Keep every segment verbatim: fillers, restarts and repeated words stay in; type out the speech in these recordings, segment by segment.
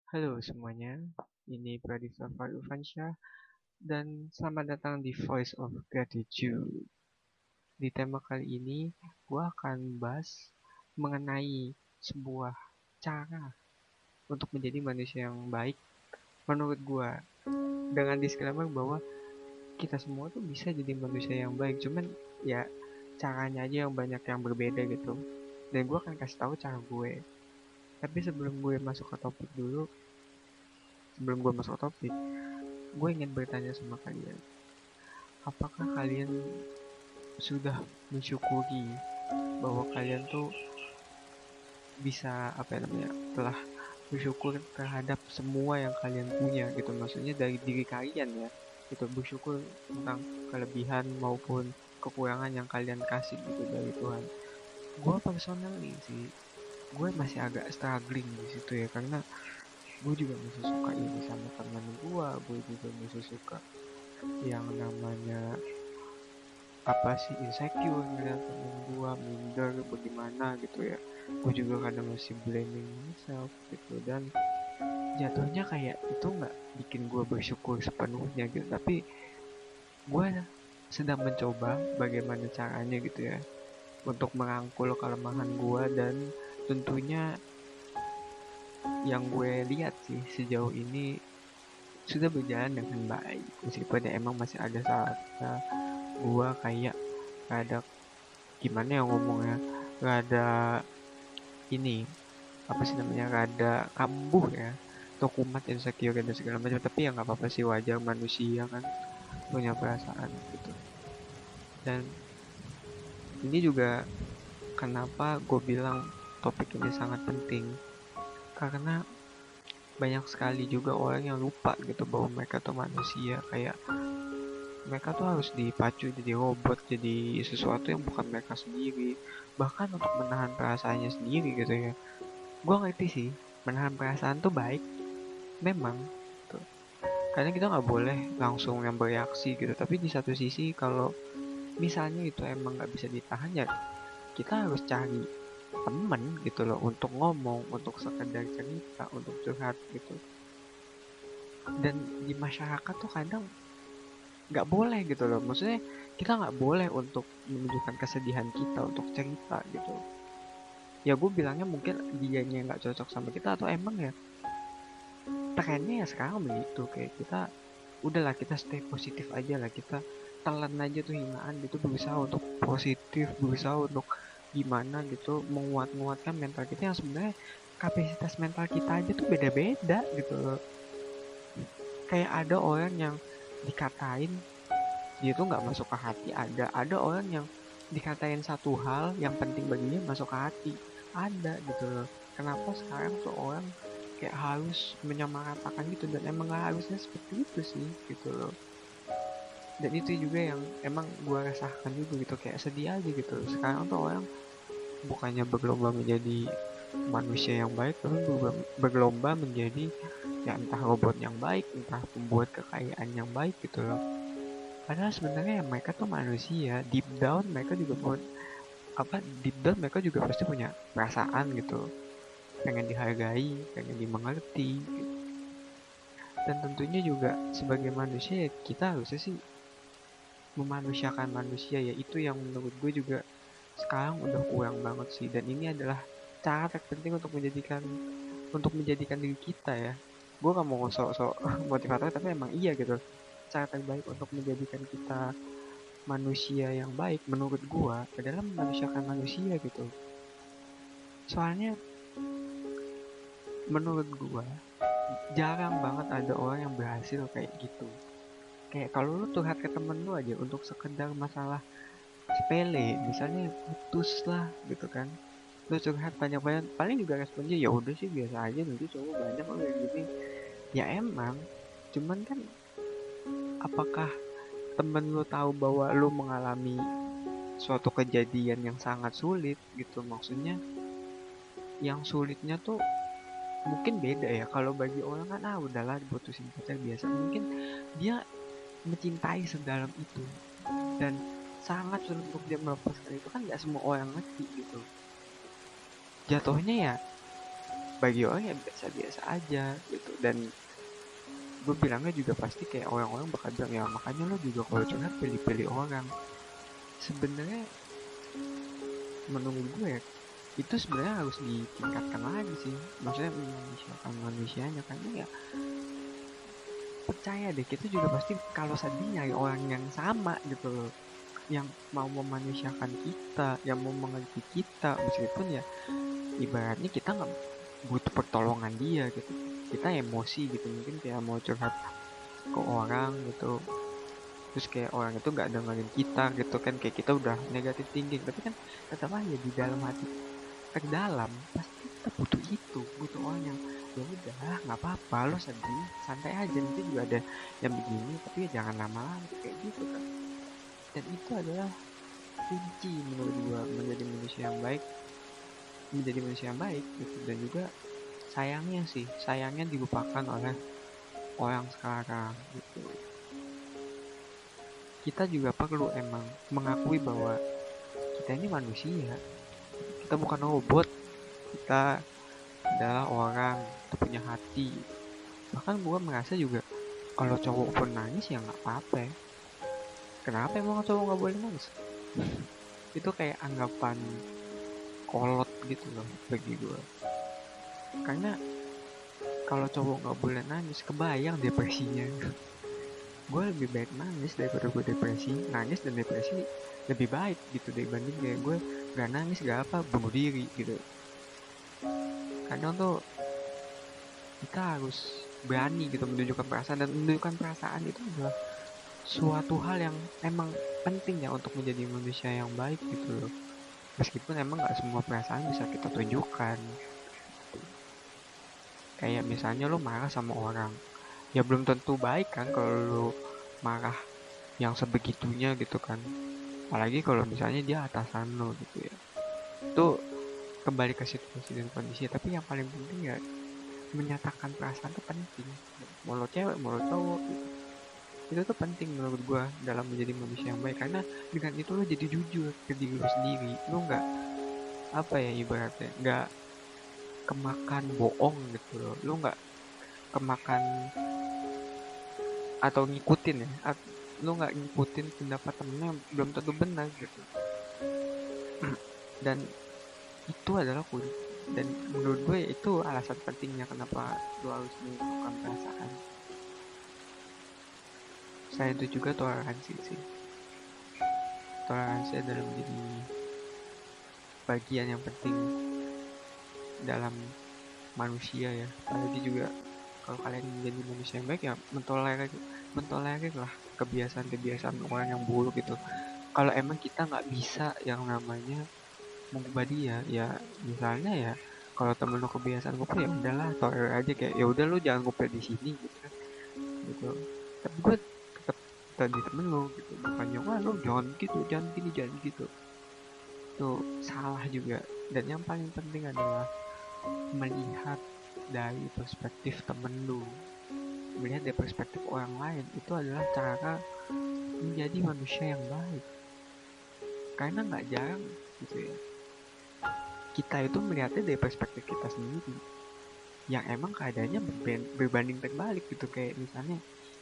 Halo semuanya, ini Pradipta Fardufansyah dan selamat datang di Voice of Gratitude. Di tema kali ini, gue akan bahas mengenai sebuah cara untuk menjadi manusia yang baik menurut gue. Dengan disclaimer bahwa kita semua tuh bisa jadi manusia yang baik, cuman ya caranya aja yang banyak yang berbeda gitu. Dan gue akan kasih tahu cara gue. Tapi sebelum gue masuk ke topik dulu, sebelum gue masuk ke topik, gue ingin bertanya sama kalian. Apakah kalian sudah mensyukuri bahwa kalian tuh bisa apa ya namanya telah bersyukur terhadap semua yang kalian punya gitu, maksudnya dari diri kalian ya, itu bersyukur tentang kelebihan maupun kekurangan yang kalian kasih gitu dari Tuhan. Gue personally sih, gue masih agak struggling di situ ya, karena gue juga masih suka ini sama teman gue gue juga masih suka yang namanya apa sih insecure ngeliat temen gue minder bagaimana gitu ya. Gue juga kadang masih blaming myself gitu, dan jatuhnya kayak itu nggak bikin gue bersyukur sepenuhnya gitu. Tapi gue sedang mencoba bagaimana caranya gitu ya untuk merangkul kelemahan gue, dan tentunya yang gue lihat sih sejauh ini sudah berjalan dengan baik, meskipun ya emang masih ada saatnya gue kayak ada gimana ya ngomongnya, gak ada ini apa sih namanya, rada kambuh ya atau kumat insecure dan segala macam. Tapi ya nggak apa-apa sih, wajar, manusia kan punya perasaan gitu. Dan ini juga kenapa gue bilang topik ini sangat penting, karena banyak sekali juga orang yang lupa gitu bahwa mereka tuh manusia. Kayak mereka tuh harus dipacu jadi robot, jadi sesuatu yang bukan mereka sendiri, bahkan untuk menahan perasaannya sendiri gitu ya. Gue ngerti sih, menahan perasaan tuh baik memang tuh, karena kita nggak boleh langsung yang bereaksi gitu. Tapi di satu sisi kalau misalnya itu emang nggak bisa ditahan, ya kita harus cari temen gitu loh untuk ngomong, untuk sekedar cerita, untuk curhat gitu. Dan di masyarakat tuh kadang nggak boleh gitu loh, maksudnya kita nggak boleh untuk menunjukkan kesedihan kita untuk cerita gitu. Ya gue bilangnya mungkin dianya nggak cocok sama kita, atau emang ya trennya ya sekarang begitu. Kayak kita udahlah, kita stay positif aja lah, kita telan aja tuh hinaan gitu, berusaha untuk positif, berusaha untuk gimana gitu menguat-nguatkan mental kita, yang sebenarnya kapasitas mental kita aja tuh beda-beda gitu loh. Kayak ada orang yang dikatain dia tuh nggak masuk ke hati, ada ada orang yang dikatain satu hal yang penting baginya masuk ke hati, ada gitu loh. Kenapa sekarang tuh orang kayak harus menyamaratakan gitu, dan emang gak harusnya seperti itu sih gitu loh. Dan itu juga yang emang gue rasakan juga gitu, kayak sedih aja gitu. Sekarang tuh orang bukannya berlomba menjadi manusia yang baik, tapi berlomba menjadi ya entah robot yang baik, entah pembuat kekayaan yang baik gitu loh. Padahal sebenarnya ya mereka tuh manusia, deep down mereka juga punya apa deep down mereka juga pasti punya perasaan gitu, pengen dihargai, pengen dimengerti gitu. Dan tentunya juga sebagai manusia ya kita harusnya sih memanusiakan manusia, ya itu yang menurut gue juga sekarang udah kurang banget sih. Dan ini adalah cara terpenting untuk menjadikan untuk menjadikan diri kita ya. Gue gak mau sok-sok motivator, tapi emang iya gitu, cara terbaik untuk menjadikan kita manusia yang baik menurut gue adalah memanusiakan manusia gitu. Soalnya menurut gue jarang banget ada orang yang berhasil kayak gitu. Kayak kalau lu curhat ke temen lu aja untuk sekedar masalah sepele, misalnya putus lah gitu kan, lu curhat banyak-banyak, paling juga responnya ya udah sih biasa aja, nanti cowok banyak kok kayak gini. Ya emang, cuman kan apakah temen lu tahu bahwa lu mengalami suatu kejadian yang sangat sulit gitu? Maksudnya yang sulitnya tuh mungkin beda ya. Kalau bagi orang kan ah udahlah putusin pacar biasa, mungkin dia mencintai sedalam itu dan sangat sulit untuk dia melepaskan itu, kan nggak semua orang ngerti gitu. Jatuhnya ya bagi orang ya biasa-biasa aja Dan gue bilangnya juga pasti kayak orang-orang bakal bilang, ya makanya lo juga kalau curhat pilih-pilih orang. Sebenarnya menurut gue ya, itu sebenarnya harus ditingkatkan lagi sih, maksudnya memanusiakan manusianya. Karena ya percaya deh, kita juga pasti kalau sedih nyari orang yang sama gitu loh, yang mau memanusiakan kita, yang mau mengerti kita, meskipun ya ibaratnya kita nggak butuh pertolongan dia gitu, kita emosi gitu, mungkin kayak mau curhat ke orang gitu, terus kayak orang itu nggak dengerin kita gitu kan, kayak kita udah negatif thinking, tapi kan tetap aja di dalam hati terdalam pasti kita butuh itu, butuh orang yang ya udah nggak apa-apa, lo sedih santai aja, nanti juga ada yang begini, tapi ya jangan lama-lama kayak gitu kan. Dan itu adalah kunci menurut gua menjadi manusia yang baik, menjadi manusia yang baik gitu. Dan juga sayangnya sih, sayangnya dilupakan oleh orang sekarang gitu. Kita juga perlu emang mengakui bahwa kita ini manusia, kita bukan robot, kita adalah orang, kita punya hati. Bahkan gue merasa juga kalau cowok pun nangis ya nggak apa-apa. Kenapa emang cowok nggak boleh nangis? Itu kayak anggapan kolot gitu loh bagi gue. Karena kalau cowok nggak boleh nangis, kebayang depresinya. Gue lebih baik nangis daripada gue depresi. Nangis dan depresi lebih baik gitu dibanding kayak gue gak nangis gak apa, bunuh diri gitu. Kadang tuh kita harus berani gitu menunjukkan perasaan, dan menunjukkan perasaan itu adalah suatu hal yang emang penting ya untuk menjadi manusia yang baik gitu loh. Meskipun emang gak semua perasaan bisa kita tunjukkan. Kayak misalnya lo marah sama orang, ya belum tentu baik kan kalau lo marah yang sebegitunya gitu kan. Apalagi kalau misalnya dia atasan lo gitu ya. Itu kembali ke situasi dan kondisi, tapi yang paling penting ya menyatakan perasaan itu penting, mau lo cewek mau lo cowok gitu. Itu tuh penting menurut gue dalam menjadi manusia yang baik, karena dengan itu lo jadi jujur ke diri lo sendiri. Lo nggak apa ya, ibaratnya nggak kemakan bohong gitu lo, lo nggak kemakan atau ngikutin ya, at- lo nggak ngikutin pendapat temennya yang belum tentu benar gitu. Dan itu adalah kunci, dan menurut gue itu alasan pentingnya kenapa lo harus mengungkapkan perasaan. Selain itu juga toleransi sih, toleransi adalah menjadi bagian yang penting dalam manusia ya. Apalagi juga kalau kalian menjadi manusia yang baik ya mentolerir mentolerir lah kebiasaan-kebiasaan orang yang buruk gitu. Kalau emang kita nggak bisa yang namanya mengubah dia, ya misalnya ya kalau temen lo kebiasaan ngopi ya udahlah tolerir aja, kayak ya udah lo jangan ngopi di sini gitu kan gitu. Tapi gue tetap tadi temen lo gitu, bukannya wah lo jangan gitu, jangan gini, jangan gitu. Itu salah juga. Dan yang paling penting adalah melihat dari perspektif temen lu, melihat dari perspektif orang lain. Itu adalah cara menjadi manusia yang baik. Karena nggak jarang gitu ya, kita itu melihatnya dari perspektif kita sendiri, yang emang keadaannya berbanding terbalik gitu. Kayak misalnya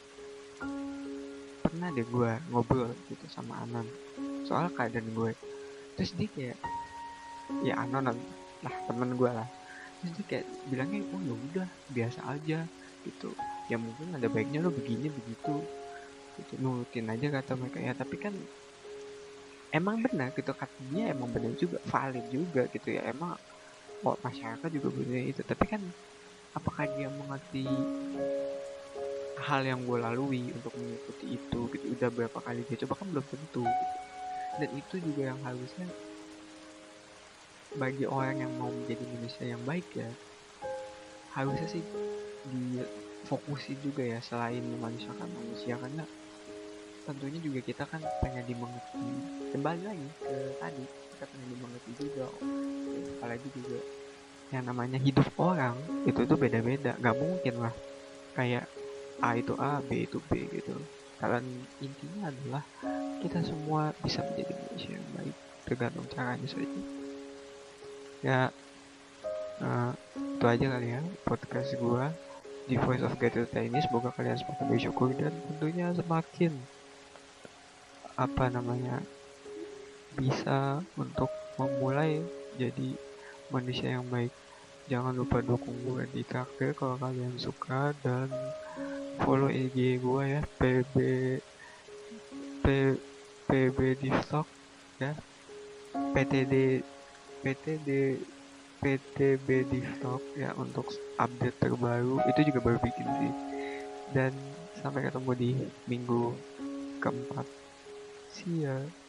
pernah deh gue ngobrol gitu sama Anon soal keadaan gue, terus dia kayak, ya Anon lah temen gue lah, terus dia kayak bilangnya oh ya udah biasa aja gitu, ya mungkin ada baiknya lo begini begitu gitu, nurutin aja kata mereka ya. Tapi kan emang benar gitu, kata dia emang benar juga, valid juga gitu ya, emang oh, masyarakat juga punya itu. Tapi kan apakah dia mengerti hal yang gue lalui untuk mengikuti itu gitu, udah berapa kali dia coba, kan belum tentu gitu. Dan itu juga yang harusnya bagi orang yang mau menjadi manusia yang baik ya, harusnya sih difokusin juga ya, selain memanusiakan manusia. Karena tentunya juga kita kan pengen dimengerti, kembali lagi ke tadi, kita pengen dimengerti juga. Apalagi juga yang namanya hidup orang itu tuh beda-beda, nggak mungkin lah kayak A itu A, B itu B gitu. Kalian intinya adalah kita semua bisa menjadi manusia yang baik, tergantung caranya saja. Ya uh, itu aja kali ya podcast gua. di Voice of Gatilta ini. Semoga kalian semakin bersyukur dan tentunya semakin apa namanya bisa untuk memulai jadi manusia yang baik. Jangan lupa dukung gue di Traktir kalau kalian suka, dan follow I G gue ya, pb p, pb divlog ya, ptd ptd ptb divlog ya, untuk update terbaru. Itu juga baru bikin sih. Dan sampai ketemu di minggu keempat. See ya.